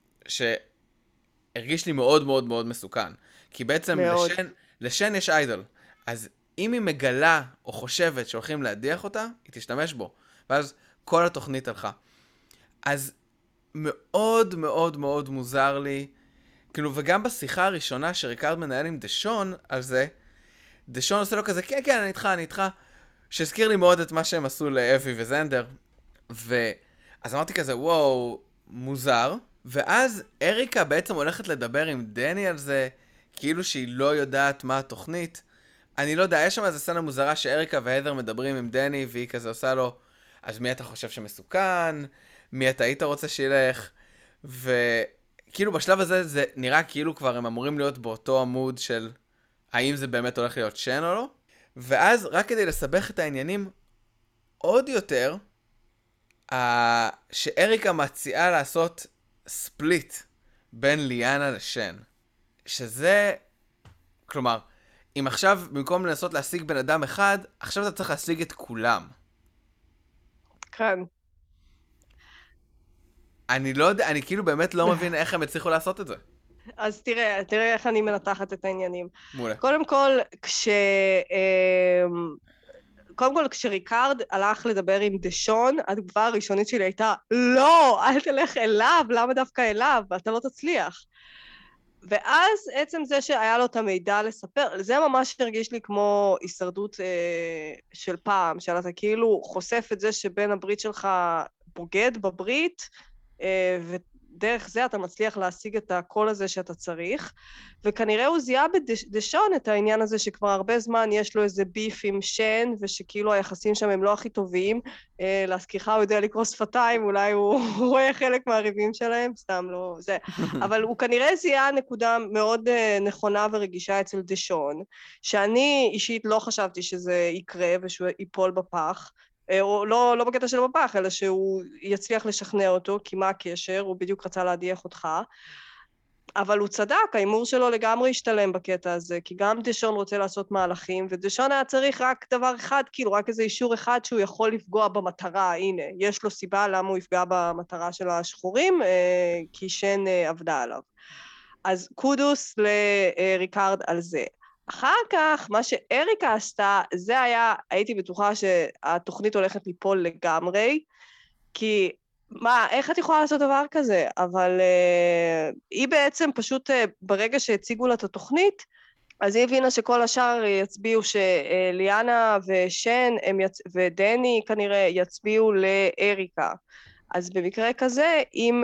שהרגיש לי מאוד מאוד מאוד מסוכן, כי בעצם לשן יש איידול, אז אם היא מגלה או חושבת שהולכים להדיח אותה, היא תשתמש בו, ואז כל התוכנית הלכה. אז מאוד מאוד מאוד מוזר לי, כאילו, וגם בשיחה הראשונה שריקארד מנהל עם דשון על זה, דשון עושה לו כזה, כן, כן, אני איתך, שהזכיר לי מאוד את מה שהם עשו לאבי וזנדר, אז אמרתי כזה, וואו, מוזר, ואז אריקה בעצם הולכת לדבר עם דני על זה, כאילו שהיא לא יודעת מה התוכנית. אני לא יודע, יש שם איזה סצנה מוזרה שאריקה והת'ר מדברים עם דני, והיא כזה עושה לו, אז מי אתה חושב שמסוכן? מי אתה היית רוצה שילך? וכאילו בשלב הזה זה נראה כאילו כבר הם אמורים להיות באותו עמוד של האם זה באמת הולך להיות שן או לא. ואז רק כדי לסבך את העניינים עוד יותר, שאריקה מציעה לעשות ספליט בין ליאנה לשן. שזה, כלומר, אם עכשיו, במקום לנסות להשיג בן אדם אחד, עכשיו אתה צריך להשיג את כולם. כן. אני לא יודע, אני כאילו באמת לא מבין איך הם הצליחו לעשות את זה. אז תראה איך אני מנתחת את העניינים. מעולה. קודם כל, כשריקארד הלך לדבר עם דשון, התגובה הראשונית שלי הייתה, לא, אל תלך אליו, למה דווקא אליו? אתה לא תצליח. ואז עצם זה שהיה לו את המידע לספר, זה ממש הרגיש לי כמו הישרדות של פעם, שאתה כאילו חושף את זה שבן הברית שלך בוגד בברית, ודרך זה אתה מצליח להשיג את הקול הזה שאתה צריך, וכנראה הוא זיהה בדשון את העניין הזה שכבר הרבה זמן יש לו איזה ביף עם שן, ושכאילו היחסים שם הם לא הכי טובים, להזכירך הוא יודע לקרוא שפתיים, אולי הוא רואה חלק מהריבים שלהם, סתם לא זה, אבל הוא כנראה זיהה נקודה מאוד נכונה ורגישה אצל דשון, שאני אישית לא חשבתי שזה יקרה ושהוא ייפול בפח, או לא בקטע שלו בפח, אלא שהוא יצליח לשכנע אותו, כי מה הקשר, הוא בדיוק רצה להדיח אותך, אבל הוא צדק, האימור שלו לגמרי השתלם בקטע הזה, כי גם דשון רוצה לעשות מהלכים, ודשון היה צריך רק דבר אחד, כאילו רק איזה אישור אחד שהוא יכול לפגוע במטרה, הנה, יש לו סיבה למה הוא יפגע במטרה של השחורים, כי שן עבדה עליו. אז קודוס לריקארד על זה. אחר כך, מה שאריקה עשתה, זה היה, הייתי בטוחה שהתוכנית הולכת ליפול לגמרי, כי מה, איך את יכולה לעשות דבר כזה? אבל היא בעצם פשוט, ברגע שהציגו לה את התוכנית, אז היא הבינה שכל השאר יצביעו שליאנה ושן ודני כנראה יצביעו לאריקה. אז במקרה כזה,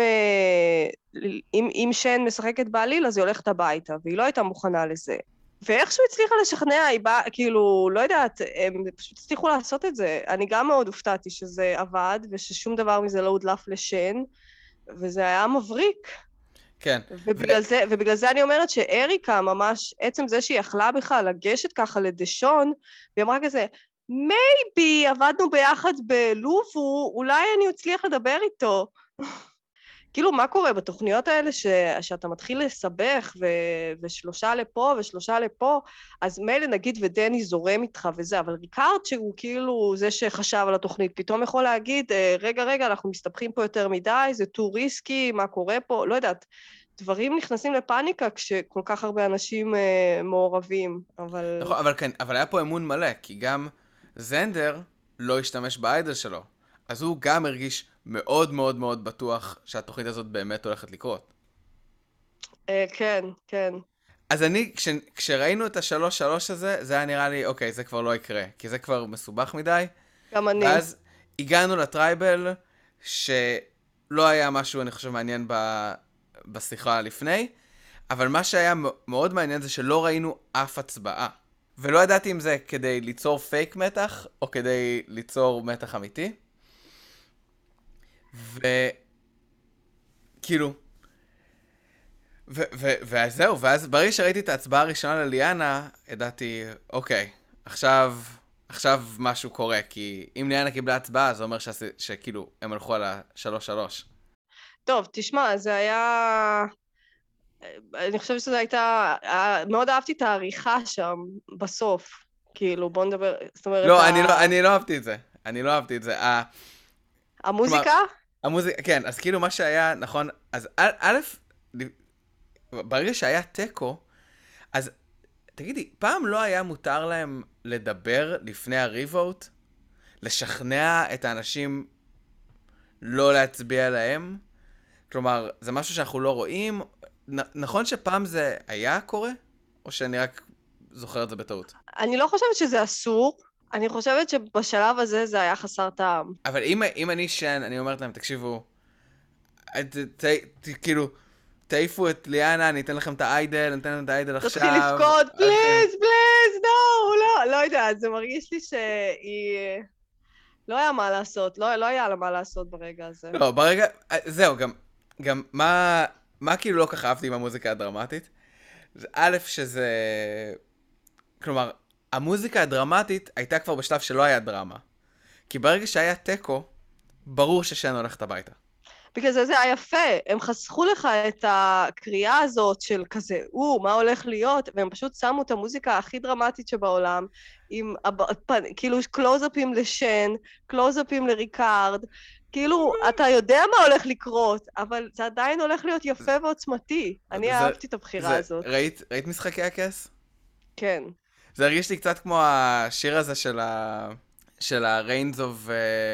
אם שן משחקת בעליל, אז היא הולכת הביתה, והיא לא הייתה מוכנה לזה. ואיכשהו הצליחה לשכנע, היא באה, כאילו, לא יודעת, הם פשוט הצליחו לעשות את זה. אני גם מאוד הופתעתי שזה עבד, וששום דבר מזה לא הודלף לשן, וזה היה מבריק. כן. ובגלל זה אני אומרת שאריקה ממש, עצם זה שהיא יכלה בכלל לגשת ככה לדשון, והיא אמרה כזה, מייבי, עבדנו ביחד בלובו, אולי אני אצליח לדבר איתו. כאילו, מה קורה בתוכניות האלה שאתה מתחיל לסבך ושלושה לפה ושלושה לפה, אז מילא נגיד ודני זורם איתך וזה, אבל ריקארד שהוא כאילו זה שחשב על התוכנית, פתאום יכול להגיד, רגע, אנחנו מסתבכים פה יותר מדי, זה טו ריסקי, מה קורה פה, לא יודעת, דברים נכנסים לפאניקה כשכל כך הרבה אנשים מעורבים, אבל... נכון, אבל היה פה אמון מלא, כי גם זנדר לא השתמש באיידל שלו, אז הוא גם הרגיש מאוד מאוד מאוד בטוח שהתוכנית הזאת באמת הולכת לקרות. כן, כן. אז כשראינו את ה3-3 הזה, זה היה נראה לי, אוקיי, זה כבר לא יקרה, כי זה כבר מסובך מדי. גם אני. ואז הגענו לטרייבל, שלא היה משהו, אני חושב, מעניין בשיחה לפני, אבל מה שהיה מאוד מעניין זה שלא ראינו אף הצבעה. ולא ידעתי אם זה כדי ליצור פייק מתח, או כדי ליצור מתח אמיתי. וכאילו, וזהו, ואז ברגע שראיתי את ההצבעה הראשונה לליאנה, ידעתי, אוקיי, עכשיו משהו קורה, כי אם ליאנה קיבלה הצבעה, זה אומר שכאילו, הם הלכו על ה3-3. טוב, תשמע, זה היה... אני חושבת שזה הייתה... מאוד אהבתי את העריכה שם, בסוף. כאילו, בוא נדבר... זאת אומרת... לא, אני לא אהבתי את זה. אני לא אהבתי את זה. המוזיקה? המוזיקה, כן, אז כאילו מה שהיה, נכון, אז א', ברגע שהיה טקו, אז תגידי, פעם לא היה מותר להם לדבר לפני הריבוט? לשכנע את האנשים לא להצביע להם? כלומר, זה משהו שאנחנו לא רואים? נכון שפעם זה היה קורה? או שאני רק זוכר את זה בטעות? אני לא חושבת שזה אסור. אני חושבת שבשלב הזה זה היה חסר טעם. אבל אם אני שן, אני אומרת להם, תקשיבו, כאילו, תעיפו את ליאנה, אני אתן לכם את האיידל, אני אתן לכם את האיידל עכשיו. תתחיל לפקוד, פליז, לא יודעת, זה מרגיש לי שהיא... לא היה מה לעשות, לא היה לה מה לעשות ברגע הזה. לא, ברגע, זהו, גם מה כאילו לא כך אהבתי עם המוזיקה הדרמטית? זה א' שזה, כלומר, המוזיקה הדרמטית הייתה כבר בשלב שלא היה דרמה. כי ברגע שהיה טקו, ברור ששן הולכת הביתה. בגלל זה היה יפה, הם חסכו לך את הקריאה הזאת של כזה, מה הולך להיות, והם פשוט שמו את המוזיקה הכי דרמטית שבעולם, עם כאילו קלוזאפים לשן, קלוזאפים לריקארד, כאילו אתה יודע מה הולך לקרות, אבל זה עדיין הולך להיות יפה ועוצמתי. אני אהבתי את הבחירה הזאת. ראית משחקי הכס? כן. זה הרגיש לי קצת כמו השיר הזה של ה-Reigns of...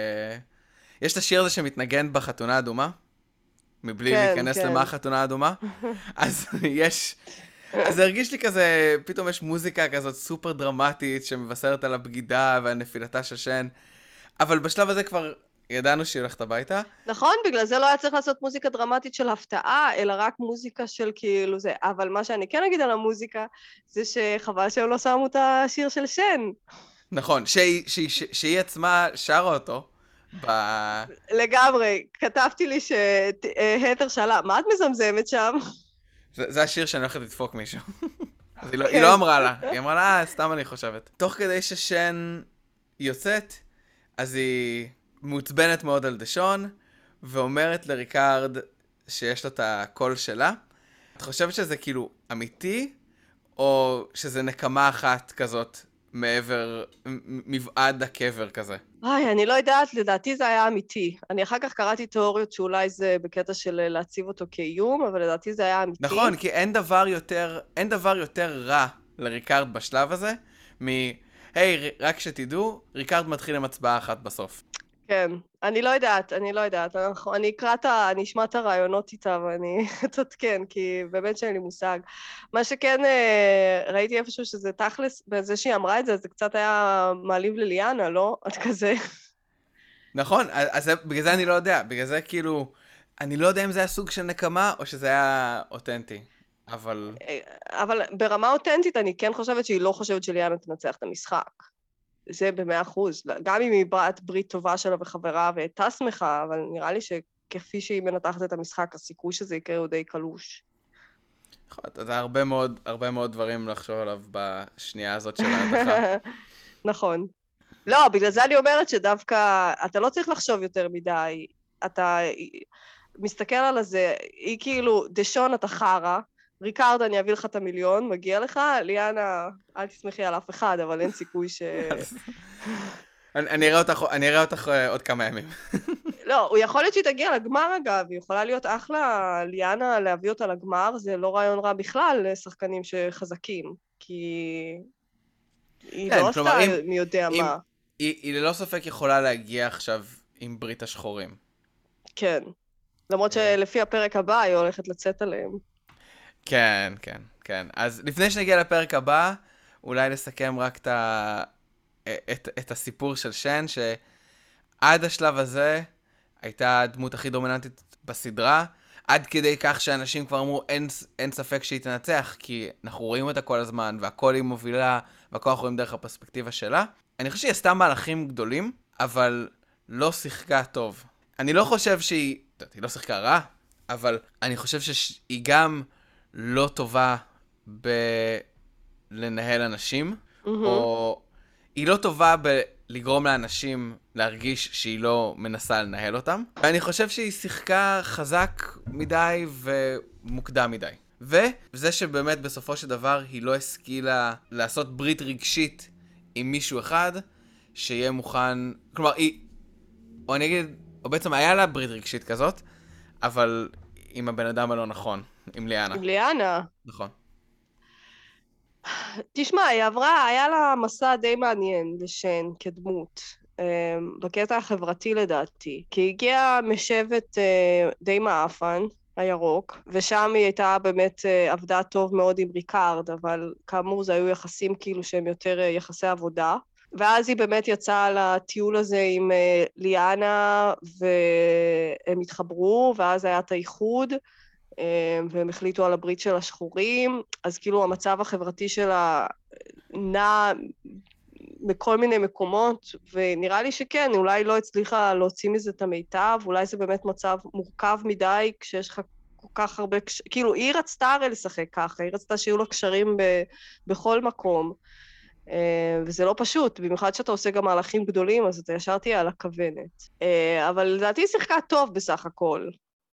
יש את השיר הזה שמתנגן בחתונה האדומה, מבלי כן, להיכנס כן. למה החתונה האדומה. אז יש... אז זה הרגיש לי כזה, פתאום יש מוזיקה כזאת סופר דרמטית שמבשרת על הבגידה והנפילתה של שן, אבל בשלב הזה כבר ידענו שהיא הולכת הביתה. נכון, בגלל זה לא היה צריך לעשות מוזיקה דרמטית של הפתעה, אלא רק מוזיקה של כאילו זה. אבל מה שאני כן אגיד על המוזיקה, זה שחבל שהם לא שמו את השיר של שן. נכון, שהיא עצמה שרה אותו. לגמרי, כתבתי לי שהתר שאלה, מה את מזמזמת שם? זה השיר שאני הולכת לדפוק מישהו. אז היא לא אמרה לה, היא אמרה לה, סתם אני חושבת. תוך כדי ששן יוצאת, אז היא מעוצבנת מאוד על דשון, ואומרת לריקארד שיש לו את הקול שלה. את חושבת שזה כאילו אמיתי, או שזה נקמה אחת כזאת מעבר, מבעד הקבר כזה? אני לא יודעת, לדעתי זה היה אמיתי. אני אחר כך קראתי תיאוריות שאולי זה בקטע של להציב אותו כאיום, אבל לדעתי זה היה אמיתי. נכון, כי אין דבר יותר רע לריקארד בשלב הזה, היי, רק שתדעו, ריקארד מתחיל עם הצבעה אחת בסוף. כן, אני לא יודעת. אני אשמע את הרעיונות איתה ואני אתעדכן, כי באמת שאין לי מושג. מה שכן ראיתי איפשהו שזה תכלס, בזה שהיא אמרה את זה, זה קצת היה מעליב לליאנה, לא? את כזה. נכון, אז בגלל זה אני לא יודע, בגלל זה כאילו, אני לא יודע אם זה היה סוג של נקמה, או שזה היה אותנטי, אבל... אבל ברמה אותנטית אני כן חושבת שהיא לא חושבת שליאנה תנצח את המשחק. זה ב100%. גם אם היא בת ברית טובה שלה וחברה והייתה שמחה, אבל נראה לי שכפי שהיא מנתחת את המשחק, הסיכוי שזה יקרה הוא די קלוש. נכון, זה הרבה מאוד דברים לחשוב עליו בשנייה הזאת של ההדחה. נכון. לא, בגלל זה אני אומרת שדווקא אתה לא צריך לחשוב יותר מדי. אתה מסתכל על זה, היא כאילו, דשון אתה חרה, ריקארד אני אביא לך את המיליון, מגיע לך, ליאנה, אל תשמחי על אף אחד, אבל אין סיכוי ש... אני אראה אותך עוד כמה ימים. לא, הוא יכול להיות שהיא תגיע לגמר אגב, היא יכולה להיות אחלה, ליאנה להביא אותה לגמר, זה לא רעיון רע בכלל לשחקנים שחזקים, כי היא לא עשתה מי יודע מה. היא ללא ספק יכולה להגיע עכשיו עם ברית השחורים. כן, למרות שלפי הפרק הבא היא הולכת לצאת עליהם. כן, כן, כן. אז לפני שנגיע לפרק הבא, אולי נסכם רק את הסיפור של שן, שעד השלב הזה הייתה הדמות הכי דומיננטית בסדרה, עד כדי כך שאנשים כבר אמרו, אין ספק שהיא תנצח, כי אנחנו רואים אותה כל הזמן, והכל היא מובילה, והכל אנחנו רואים דרך הפרספקטיבה שלה. אני חושב שהיא עשתה מהלכים גדולים, אבל לא שיחקה טוב. אני לא חושב היא לא שיחקה רע, אבל אני חושב שהיא גם לא טובה בלנהל אנשים, או היא לא טובה לגרום לאנשים להרגיש שהיא לא מנסה לנהל אותם. ואני חושב שהיא שיחקה חזק מדי ומוקדם מדי. וזה שבאמת בסופו של דבר היא לא השכילה לעשות ברית רגשית עם מישהו אחד, שיהיה מוכן... כלומר, או אני אגיד, או בעצם היה לה ברית רגשית כזאת, אבל עם הבן אדם הלא נכון, עם ליאנה. עם ליאנה. נכון. תשמע, היה לה מסע די מעניין לשן כדמות, בקטע החברתי לדעתי, כי היא הגיעה משבט די מאפן, הירוק, ושם היא הייתה באמת עבדה טוב מאוד עם ריקארד, אבל כאמור זה היו יחסים כאילו שהם יותר יחסי עבודה, ואז היא באמת יצאה לטיול הזה עם ליאנה, והם התחברו, ואז היה את האיחוד, והם החליטו על הברית של השחורים, אז כאילו המצב החברתי שלה נע בכל מיני מקומות, ונראה לי שכן, אולי לא הצליחה להוציא מזה את המיטב, אולי זה באמת מצב מורכב מדי, כשיש לך כל כך הרבה, כאילו היא רצתה הרי לשחק ככה, היא רצתה שיהיו לה קשרים בכל מקום, וזה לא פשוט, במיוחד שאתה עושה גם מהלכים גדולים, אז אתה ישר תהיה על הכוונת. אבל לדעתי היא שיחקה טוב בסך הכל.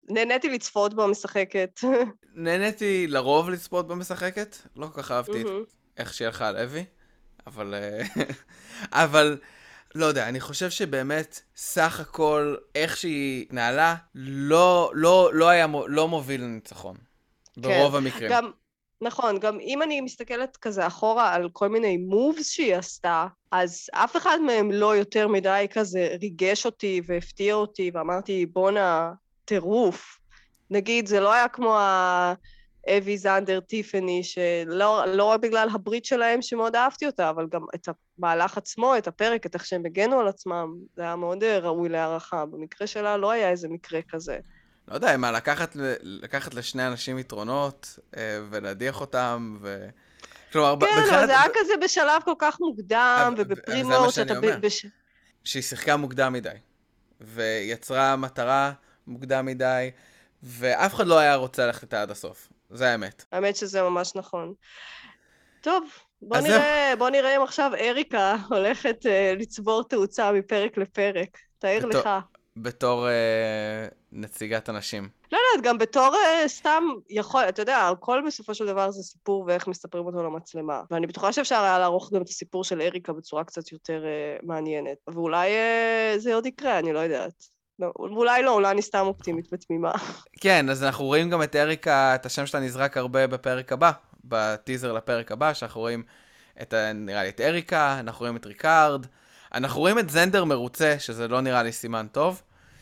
נהניתי לצפות בה משחקת. נהניתי לרוב לצפות במשחקת, לא כל כך אהבתי מהמם. איך שהיא הלכה על אבי, אבל... אבל, לא יודע, אני חושב שבאמת, סך הכל, איך שהיא נעלה, לא היה, לא מוביל לניצחון. כן, ברוב המקרים. גם, נכון, גם אם אני מסתכלת כזה אחורה על כל מיני מובס שהיא עשתה, אז אף אחד מהם לא יותר מדי כזה ריגש אותי והפתיע אותי, ואמרתי, בונה, טירוף. נגיד, זה לא היה כמו אבי זנדר טיפני, לא רק בגלל הברית שלהם שמאוד אהבתי אותה, אבל גם את המהלך עצמו, את הפרק, את איך שהם הגנו על עצמם, זה היה מאוד ראוי להערכה. במקרה שלה לא היה איזה מקרה כזה. לא יודע, מה, לקחת לשני אנשים יתרונות, ולהדיח אותם, כלומר, כן, אבל בתחילת... זה היה כזה בשלב כל כך מוקדם, אבל זה מה ובפרימור שאני שאתה... אומר. שהיא שיחקה מוקדם מדי, ויצרה מטרה מוקדם מדי, ואף אחד לא היה רוצה ללכת איתה עד הסוף. זה האמת. האמת שזה ממש נכון. טוב, אז זהו, בוא נראה אם עכשיו אריקה הולכת לצבור תאוצה מפרק לפרק. תאר לך. בתור נציגת אנשים. לא יודעת, גם בתור סתם יכול, אתה יודע, הכל בסופו של דבר זה סיפור ואיך מספרים אותו למצלמה. ואני בטוחה שאפשר היה לערוך גם את הסיפור של אריקה בצורה קצת יותר מעניינת. ואולי זה עוד יקרה, אני לא יודעת. לא, אולי לא, אולי אני סתם אופטימית ותמימה. כן, אז אנחנו רואים גם את אריקה, את השם שלה נזרק הרבה בפרק הבא, בטיזר לפרק הבא, שאנחנו רואים נראה לי את אריקה, אנחנו רואים את ריקארד, אנחנו רואים את זנדר מרוצה, שזה לא נראה לי סימן טוב,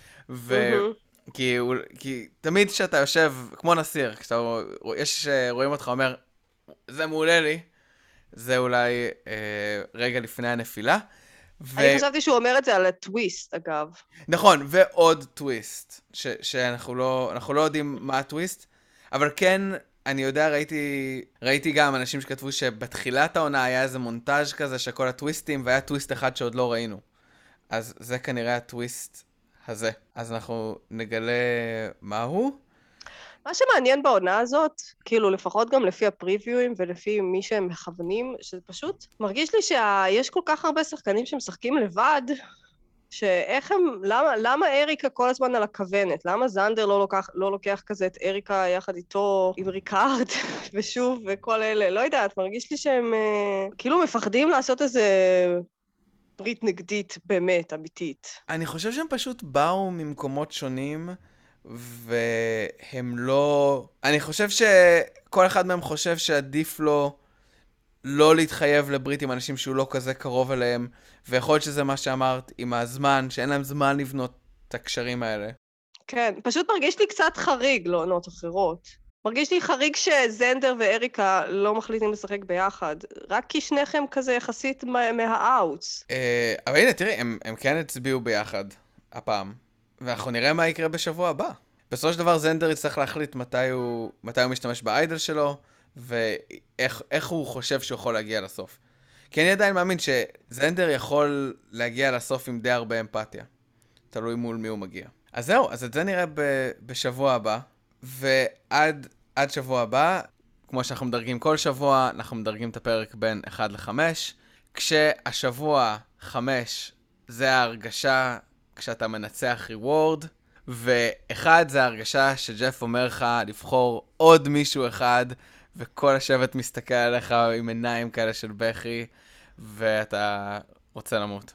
כי תמיד כשאתה יושב, כמו נסיר, רואים אותך אומר, זה מעולה לי, זה אולי רגע לפני הנפילה. אני חשבתי שהוא אומר את זה על הטוויסט, אגב. נכון, ועוד טוויסט, שאנחנו לא יודעים מה הטוויסט, אבל כן, אני יודע, ראיתי גם אנשים שכתבו שבתחילת העונה היה איזה מונטאז' כזה של כל הטוויסטים, והיה טוויסט אחד שעוד לא ראינו. אז זה כנראה הטוויסט הזה. אז אנחנו נגלה מהו. מה שמעניין בעונה הזאת, כאילו לפחות גם לפי הפריוויואים ולפי מי שהם מכוונים, שזה פשוט מרגיש לי שיש כל כך הרבה שחקנים שמשחקים לבד, שאיך הם, למה אריקה כל הזמן על הכוונת? למה זנדר לא לוקח כזה את אריקה יחד איתו עם ריקארד ושוב וכל אלה? לא יודעת, מרגיש לי שהם כאילו מפחדים לעשות איזה ברית נגדית באמת, אמיתית. אני חושב שהם פשוט באו ממקומות שונים, והם לא... אני חושב שכל אחד מהם חושב שעדיף לו לא להתחייב לברית עם אנשים שהוא לא כזה קרוב אליהם, ויכול להיות שזה מה שאמרת עם הזמן, שאין להם זמן לבנות את הקשרים האלה. כן, פשוט מרגיש לי קצת חריג לעונות אחרות. מרגיש לי חריג שזנדר ואריקה לא מחליטים לשחק ביחד, רק כי שניכם כזה יחסית מהאוטס. אבל הנה, תראי, הם כן הצביעו ביחד הפעם, ואנחנו נראה מה יקרה בשבוע הבא. בסופו של דבר זנדר יצטרך להחליט מתי הוא משתמש באיידל שלו, ואיך הוא חושב שהוא יכול להגיע לסוף. כי אני עדיין מאמין שזנדר יכול להגיע לסוף עם די הרבה אמפתיה. תלוי מול מי הוא מגיע. אז זהו, אז את זה נראה בשבוע הבא, ועד שבוע הבא, כמו שאנחנו מדרגים כל שבוע, אנחנו מדרגים את הפרק בין 1 ל-5, כשהשבוע 5 זה ההרגשה כשאתה מנצח ריוורד, ו1 זה ההרגשה שג'ף אומר לך לבחור עוד מישהו אחד, וכל השבט מסתכל עליך עם עיניים כאלה של בכי, ואתה רוצה למות.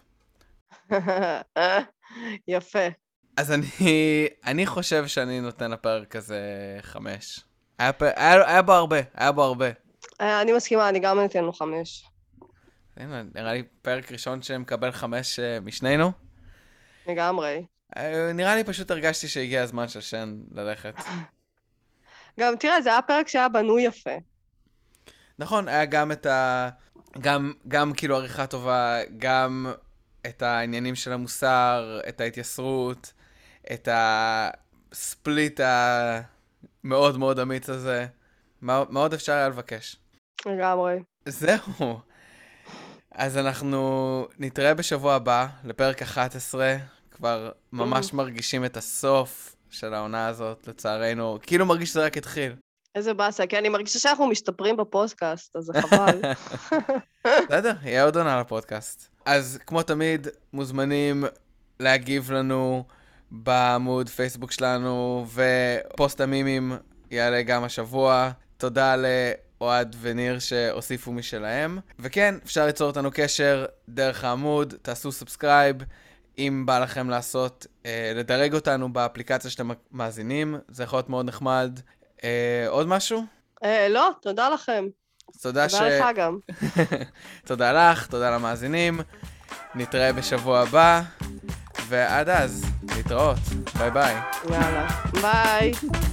יפה. אז אני חושב שאני נותן לפרק הזה 5. היה בו הרבה. אני מסכימה, אני גם נותן לו 5. הנה, נראה לי פרק ראשון שמקבל 5 משנינו. לגמרי. נראה לי פשוט הרגשתי שהגיע הזמן של שן ללכת. גם תראה, זה היה פרק שהיה בנוי יפה. נכון, היה גם גם כאילו עריכה טובה, גם את העניינים של המוסר, את ההתייסרות, את הספליט המאוד מאוד אמיץ הזה. מאוד אפשר היה לבקש. לגמרי. זהו. אז אנחנו נתראה בשבוע הבא, לפרק 11. כבר ממש מרגישים את הסוף של העונה הזאת, לצערנו. כאילו מרגיש שזה רק התחיל. איזה באסה, כי אני מרגישה שאנחנו משתפרים בפודקאסט, אז זה חבל. בסדר, יהיה עוד עונה לפודקאסט. אז כמו תמיד, מוזמנים להגיב לנו בעמוד פייסבוק שלנו, ופוסט המימים יעלה גם השבוע. תודה לאוהד וניר שהוסיפו משלהם. וכן, אפשר ליצור אותנו קשר דרך העמוד, תעשו סאבסקרייב. אם בא לכם לעשות, לדרג אותנו באפליקציה שאתם מאזינים, זה יכול להיות מאוד נחמד. עוד משהו? לא, תודה לכם. תודה לך גם. תודה לך, תודה למאזינים. נתראה בשבוע הבא, ועד אז, להתראות. ביי ביי. יאללה, ביי.